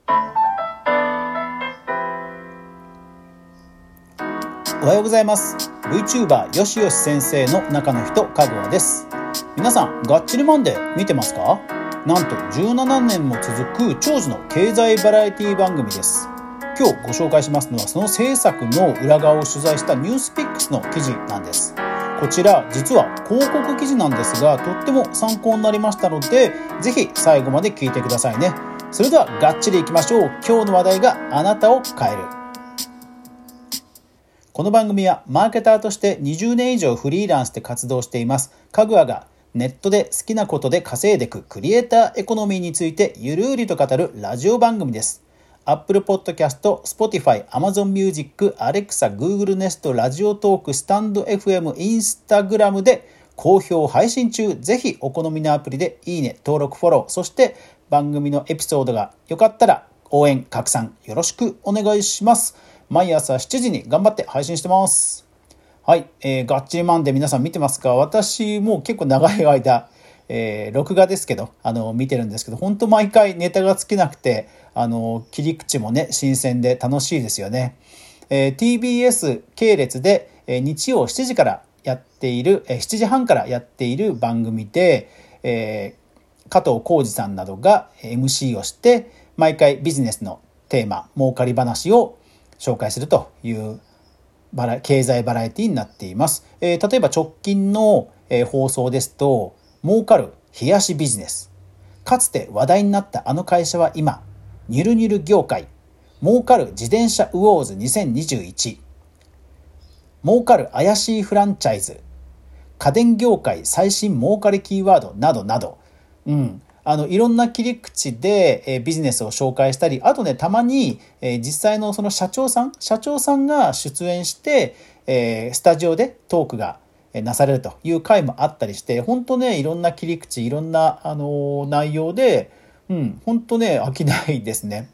おはようございます。 VTuber よしよし先生の中の人、かぐわです。皆さん、がっちりマンデー見てますか？なんと17年も続く長寿の経済バラエティ番組です。今日ご紹介しますのは、その制作の裏側を取材したニュースピックスの記事なんです。こちら実は広告記事なんですが、とっても参考になりましたので、ぜひ最後まで聞いてくださいね。それではがっちりいきましょう。今日の話題があなたを変える。この番組はマーケターとして20年以上フリーランスで活動していますかぐわが、ネットで好きなことで稼いでいくクリエイターエコノミーについてゆるりと語るラジオ番組です。 Apple Podcast、Spotify、Amazon Music、Alexa、Google Nest、ラジオトーク、スタンド FM、Instagram で好評配信中。ぜひお好みのアプリでいいね、登録、フォロー、そして番組のエピソードが良かったら応援拡散よろしくお願いします。毎朝7時に頑張って配信してます。はい、がっちりマンデー皆さん見てますか？私もう結構長い間、録画ですけど見てるんですけど、本当毎回ネタが尽きなくて、切り口もね新鮮で楽しいですよね。TBS 系列で、日曜7時からやっている、7時半からやっている番組で、加藤浩次さんなどが MC をして、毎回ビジネスのテーマ、儲かり話を紹介するという経済バラエティになっています。例えば直近の放送ですと、儲かる冷やしビジネス、かつて話題になったあの会社は今、ニュルニュル業界、儲かる自転車ウォーズ2021、儲かる怪しいフランチャイズ、家電業界最新儲かりキーワードなどなど、いろんな切り口でビジネスを紹介したり、あとね、たまに実際のその社長さんが出演してスタジオでトークがなされるという回もあったりして、本当ね、いろんな切り口、いろんな内容で、本当ね、飽きないですね。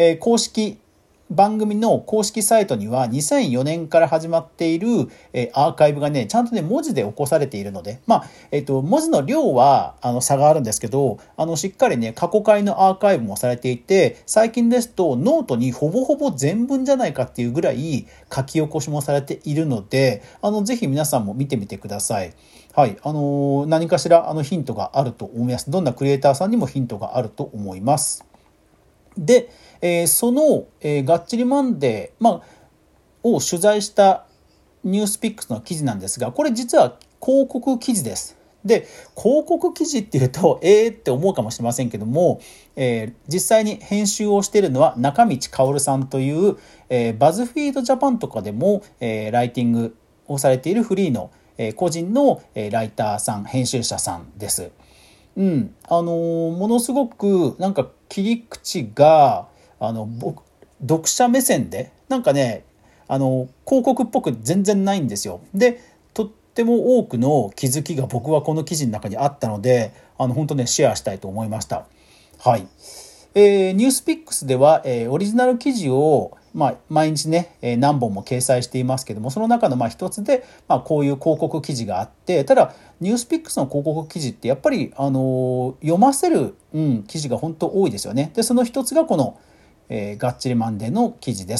番組の公式サイトには2004年から始まっているアーカイブがね、ちゃんとね文字で起こされているので、文字の量は差があるんですけど、しっかりね過去回のアーカイブもされていて、最近ですとノートにほぼほぼ全文じゃないかっていうぐらい書き起こしもされているので、ぜひ皆さんも見てみてください。はい、何かしらヒントがあると思います。どんなクリエイターさんにもヒントがあると思います。で、その、がっちりマンデー、を取材したニュースピックスの記事なんですが、これ実は広告記事です。で、広告記事っていうとって思うかもしれませんけども、実際に編集をしているのは中道薫さんという、バズフィードジャパンとかでも、ライティングをされているフリーの、個人の、ライターさん、編集者さんです。ものすごくなんか切り口が読者目線でなんかね広告っぽく全然ないんですよ。で、とっても多くの気づきが僕はこの記事の中にあったので、本当ねシェアしたいと思いました。はい。ニュースピックスでは、オリジナル記事を毎日ね何本も掲載していますけども、その中の一つでこういう広告記事があって、ただニュースピックスの広告記事ってやっぱり読ませる、記事が本当多いですよね。で、その一つがこの、がっちりマンデーの記事です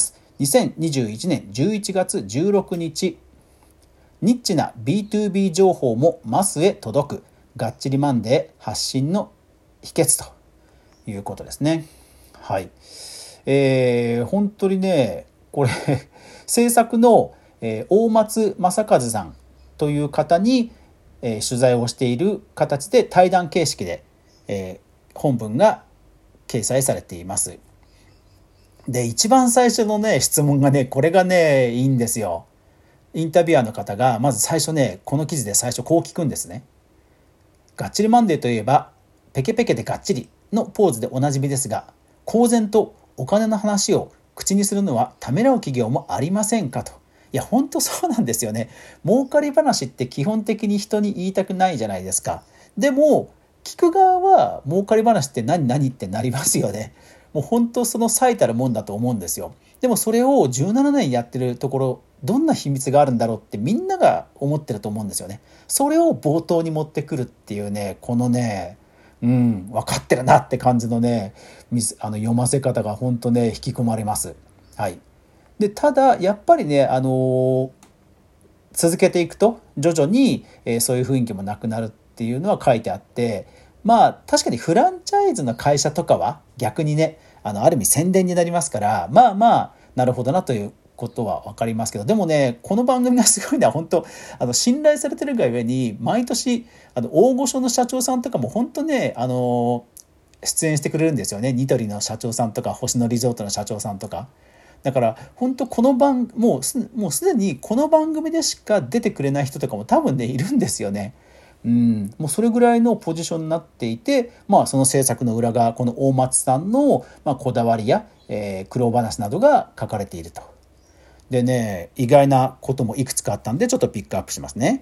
。2021年11月16日、ニッチな B2B 情報もマスへ届く、がっちりマンデー発信の秘訣ということですね。はい。本当にねこれ制作の、大松正和さんという方に、取材をしている形で対談形式で、本文が掲載されています。で、一番最初のね質問がね、これがねいいんですよ。インタビュアーの方がまず最初ね、この記事で最初こう聞くんですね。がっちりマンデーといえばペケペケでがっちりのポーズでおなじみですが、公然とお金の話を口にするのはためらう企業もありませんかと。いや本当そうなんですよね。儲かり話って基本的に人に言いたくないじゃないですか。でも聞く側は儲かり話って何ってなりますよね。もう本当その最たるもんだと思うんですよ。でもそれを17年やってるところ、どんな秘密があるんだろうってみんなが思ってると思うんですよね。それを冒頭に持ってくるっていうね、このね分かってるなって感じのね、読ませ方が本当ね、引き込まれます。はい。で、ただ、やっぱりね、続けていくと、徐々に、そういう雰囲気もなくなるっていうのは書いてあって、まあ、確かにフランチャイズの会社とかは、逆にね、ある意味宣伝になりますから、まあまあ、なるほどなということは分かりますけど、でもね、この番組がすごいのは本当信頼されてるがゆえに、毎年大御所の社長さんとかも本当ね、出演してくれるんですよね。ニトリの社長さんとか星野リゾートの社長さんとか。だから本当このもうすでにこの番組でしか出てくれない人とかも多分ねいるんですよね。もうそれぐらいのポジションになっていて、まあ、その制作の裏側、この大松さんの、こだわりや、苦労話などが書かれていると。でね、意外なこともいくつかあったんでちょっとピックアップしますね。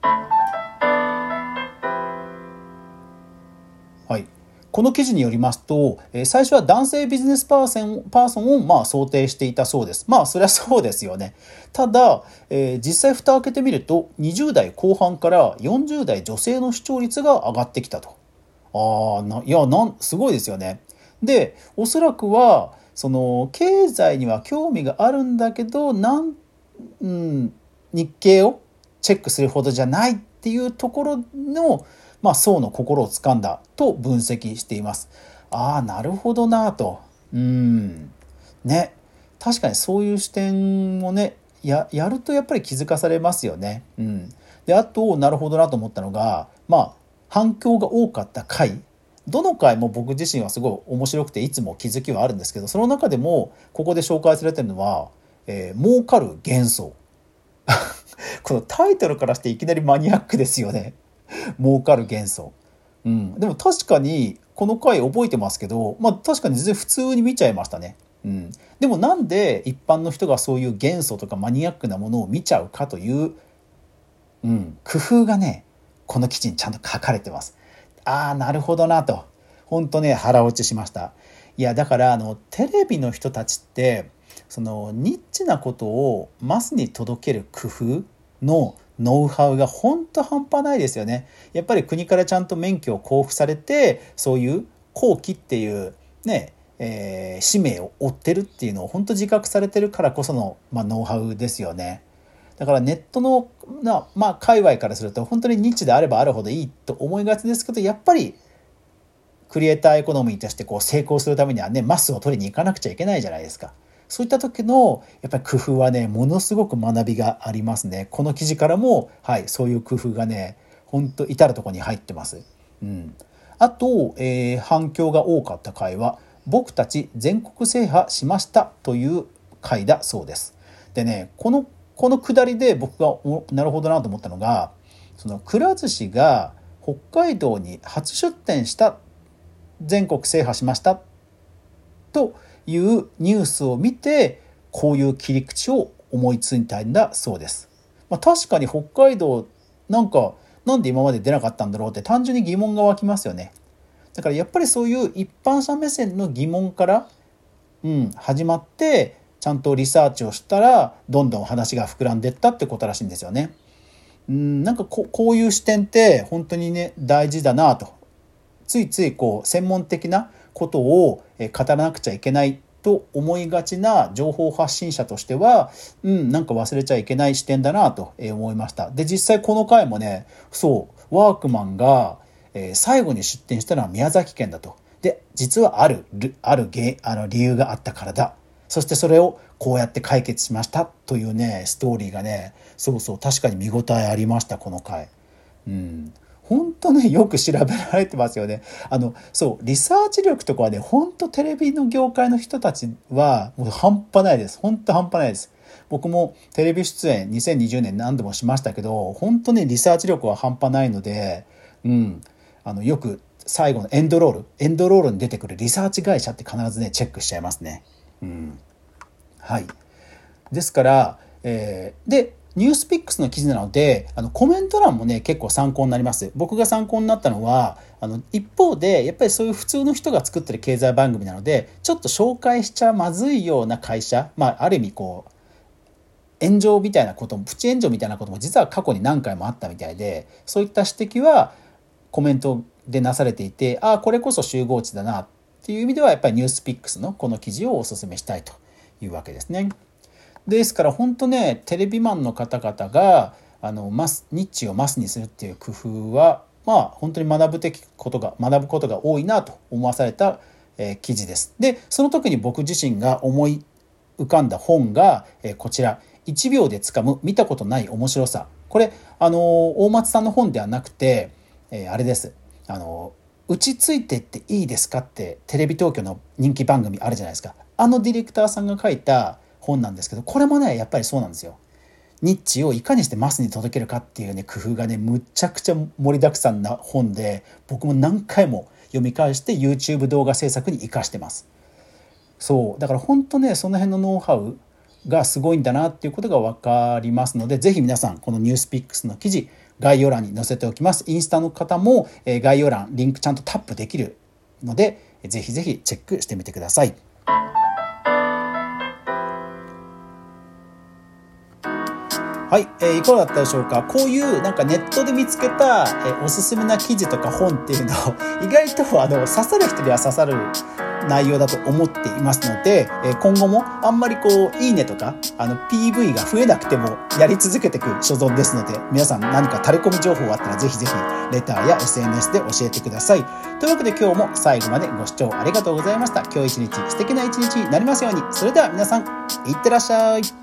はい。この記事によりますと、最初は男性ビジネスパーソンを想定していたそうです。まあ、そりゃそうですよね。ただ、実際蓋を開けてみると、20代後半から40代女性の視聴率が上がってきたと。すごいですよね。で、おそらくは、経済には興味があるんだけど、日経をチェックするほどじゃないっていうところの、層の心をつかんだと分析しています。なるほどなと。ね。確かにそういう視点もね、やるとやっぱり気づかされますよね。で、あと、なるほどなと思ったのが、反響が多かった回。どの回も僕自身はすごい面白くていつも気づきはあるんですけど、その中でもここで紹介されてるのは、儲かる元素。このタイトルからしていきなりマニアックですよね。儲かる元素。でも確かにこの回覚えてますけど、確かに全然普通に見ちゃいましたね。でもなんで一般の人がそういう元素とかマニアックなものを見ちゃうかという、工夫がね、この記事にちゃんと書かれてます。なるほどなと。本当ね、腹落ちしました。いや、だからテレビの人たちって、そのニッチなことをマスに届ける工夫のノウハウが本当半端ないですよね。やっぱり国からちゃんと免許を交付されて、そういう後期っていうね、使命を負ってるっていうのを本当自覚されてるからこその、ノウハウですよね。だからネットの界隈からすると本当にニッチであればあるほどいいと思いがちですけど、やっぱりクリエイターエコノミーとして成功するためにはね、マスを取りに行かなくちゃいけないじゃないですか。そういった時のやっぱり工夫はね、ものすごく学びがありますね。この記事からも、そういう工夫がね、本当至るところに入ってます。あと、反響が多かった回は、僕たち全国制覇しましたという回だそうです。でね、この下りで僕がなるほどなと思ったのが、そのくら寿司が北海道に初出店した、全国制覇しましたというニュースを見て、こういう切り口を思いついたんだそうです。確かに北海道なんで今まで出なかったんだろうって単純に疑問が湧きますよね。だからやっぱりそういう一般者目線の疑問から、始まってちゃんとリサーチをしたらどんどん話が膨らんでいったってことらしいんですよね。こういう視点って本当にね大事だなと。ついつい専門的なことを語らなくちゃいけないと思いがちな情報発信者としては、忘れちゃいけない視点だなと思いました。で、実際この回もね、ワークマンが最後に出店したのは宮崎県だと。で、実はある理由があったからだ。そしてそれをこうやって解決しましたというね、ストーリーがね、確かに見応えありました、この回。本当ね、よく調べられてますよね。リサーチ力とかはね、本当テレビの業界の人たちはもう半端ないです。本当半端ないです。僕もテレビ出演2020年何度もしましたけど、本当ね、リサーチ力は半端ないので、よく最後のエンドロールに出てくるリサーチ会社って必ずね、チェックしちゃいますね。はい。ですから、で、ニュースピックスの記事なので、コメント欄もね、結構参考になります。僕が参考になったのは、一方で、やっぱりそういう普通の人が作ってる経済番組なので、ちょっと紹介しちゃまずいような会社、ある意味炎上みたいなことも、プチ炎上みたいなことも実は過去に何回もあったみたいで、そういった指摘はコメントでなされていて、これこそ集合値だなっていう意味ではやっぱりニュースピックスのこの記事をお勧めしたいというわけですね。ですから本当ね、テレビマンの方々がニッチをマスにするっていう工夫は本当に学ぶことが多いなと思わされた記事です。でその時に僕自身が思い浮かんだ本がこちら、1秒でつかむ見たことない面白さ。これ大松さんの本ではなくてあれです。うちついてっていいですかってテレビ東京の人気番組あるじゃないですか。ディレクターさんが書いた本なんですけど、これもねやっぱりそうなんですよ。ニッチをいかにしてマスに届けるかっていうね工夫がねむちゃくちゃ盛りだくさんな本で、僕も何回も読み返して YouTube 動画制作に活かしてます。そうだから本当ね、その辺のノウハウがすごいんだなっていうことが分かりますので、ぜひ皆さんこのニュースピックスの記事概要欄に載せておきます。インスタの方も概要欄リンクちゃんとタップできるので、ぜひぜひチェックしてみてください。はい、いかがだったでしょうか。こういうなんかネットで見つけたおすすめな記事とか本っていうのを意外と刺さる人には刺さる内容だと思っていますので、今後もあんまりいいねとかPV が増えなくてもやり続けていく所存ですので、皆さん何か垂れ込み情報あったらぜひぜひレターや SNS で教えてください。というわけで今日も最後までご視聴ありがとうございました。今日一日素敵な一日になりますように。それでは皆さんいってらっしゃい。